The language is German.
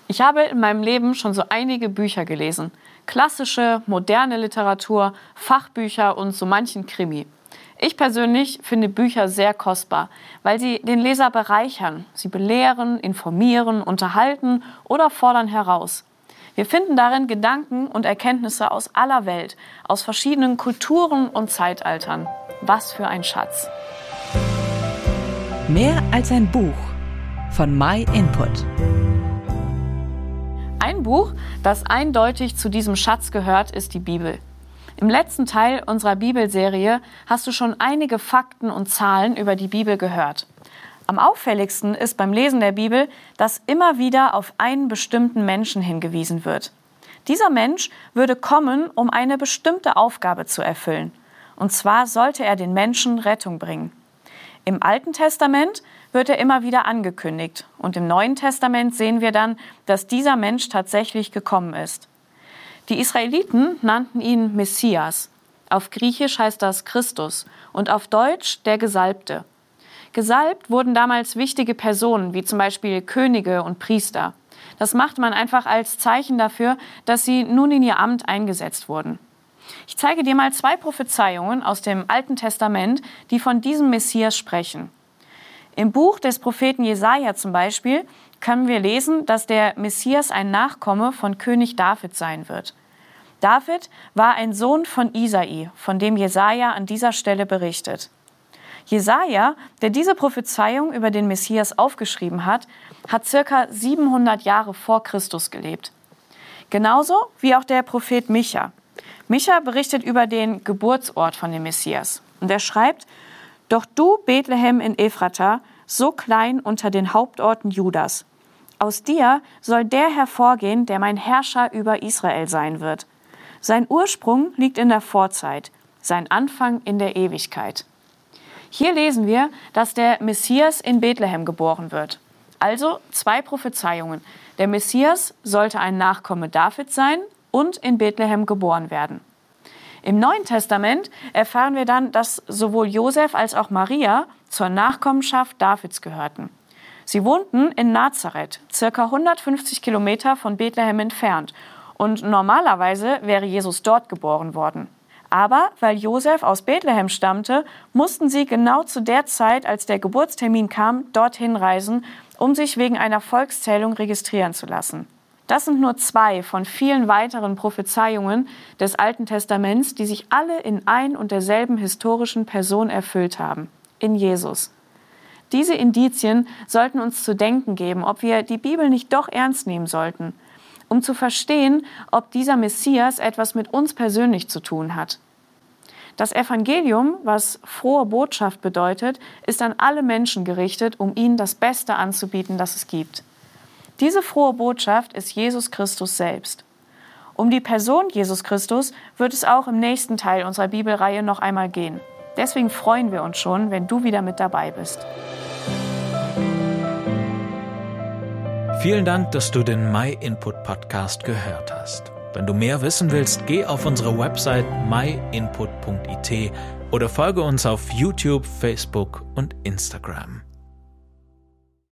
Ich habe in meinem Leben schon so einige Bücher gelesen. Klassische, moderne Literatur, Fachbücher und so manchen Krimi. Ich persönlich finde Bücher sehr kostbar, weil sie den Leser bereichern. Sie belehren, informieren, unterhalten oder fordern heraus. Wir finden darin Gedanken und Erkenntnisse aus aller Welt, aus verschiedenen Kulturen und Zeitaltern. Was für ein Schatz! Mehr als ein Buch von MyInput. Ein Buch, das eindeutig zu diesem Schatz gehört, ist die Bibel. Im letzten Teil unserer Bibelserie hast du schon einige Fakten und Zahlen über die Bibel gehört. Am auffälligsten ist beim Lesen der Bibel, dass immer wieder auf einen bestimmten Menschen hingewiesen wird. Dieser Mensch würde kommen, um eine bestimmte Aufgabe zu erfüllen. Und zwar sollte er den Menschen Rettung bringen. Im Alten Testament wird er immer wieder angekündigt. Und im Neuen Testament sehen wir dann, dass dieser Mensch tatsächlich gekommen ist. Die Israeliten nannten ihn Messias. Auf Griechisch heißt das Christus und auf Deutsch der Gesalbte. Gesalbt wurden damals wichtige Personen, wie zum Beispiel Könige und Priester. Das machte man einfach als Zeichen dafür, dass sie nun in ihr Amt eingesetzt wurden. Ich zeige dir mal 2 Prophezeiungen aus dem Alten Testament, die von diesem Messias sprechen. Im Buch des Propheten Jesaja zum Beispiel können wir lesen, dass der Messias ein Nachkomme von König David sein wird. David war ein Sohn von Isai, von dem Jesaja an dieser Stelle berichtet. Jesaja, der diese Prophezeiung über den Messias aufgeschrieben hat, hat ca. 700 Jahre vor Christus gelebt. Genauso wie auch der Prophet Micha. Micha berichtet über den Geburtsort von dem Messias. Und er schreibt: Doch du, Bethlehem in Ephrata, so klein unter den Hauptorten Judas. Aus dir soll der hervorgehen, der mein Herrscher über Israel sein wird. Sein Ursprung liegt in der Vorzeit, sein Anfang in der Ewigkeit. Hier lesen wir, dass der Messias in Bethlehem geboren wird. Also 2 Prophezeiungen. Der Messias sollte ein Nachkomme Davids sein und in Bethlehem geboren werden. Im Neuen Testament erfahren wir dann, dass sowohl Josef als auch Maria zur Nachkommenschaft Davids gehörten. Sie wohnten in Nazareth, ca. 150 Kilometer von Bethlehem entfernt. Und normalerweise wäre Jesus dort geboren worden. Aber weil Josef aus Bethlehem stammte, mussten sie genau zu der Zeit, als der Geburtstermin kam, dorthin reisen, um sich wegen einer Volkszählung registrieren zu lassen. Das sind nur 2 von vielen weiteren Prophezeiungen des Alten Testaments, die sich alle in ein und derselben historischen Person erfüllt haben, in Jesus. Diese Indizien sollten uns zu denken geben, ob wir die Bibel nicht doch ernst nehmen sollten, um zu verstehen, ob dieser Messias etwas mit uns persönlich zu tun hat. Das Evangelium, was frohe Botschaft bedeutet, ist an alle Menschen gerichtet, um ihnen das Beste anzubieten, das es gibt. Diese frohe Botschaft ist Jesus Christus selbst. Um die Person Jesus Christus wird es auch im nächsten Teil unserer Bibelreihe noch einmal gehen. Deswegen freuen wir uns schon, wenn du wieder mit dabei bist. Vielen Dank, dass du den MyInput Podcast gehört hast. Wenn du mehr wissen willst, geh auf unsere Website myinput.it oder folge uns auf YouTube, Facebook und Instagram.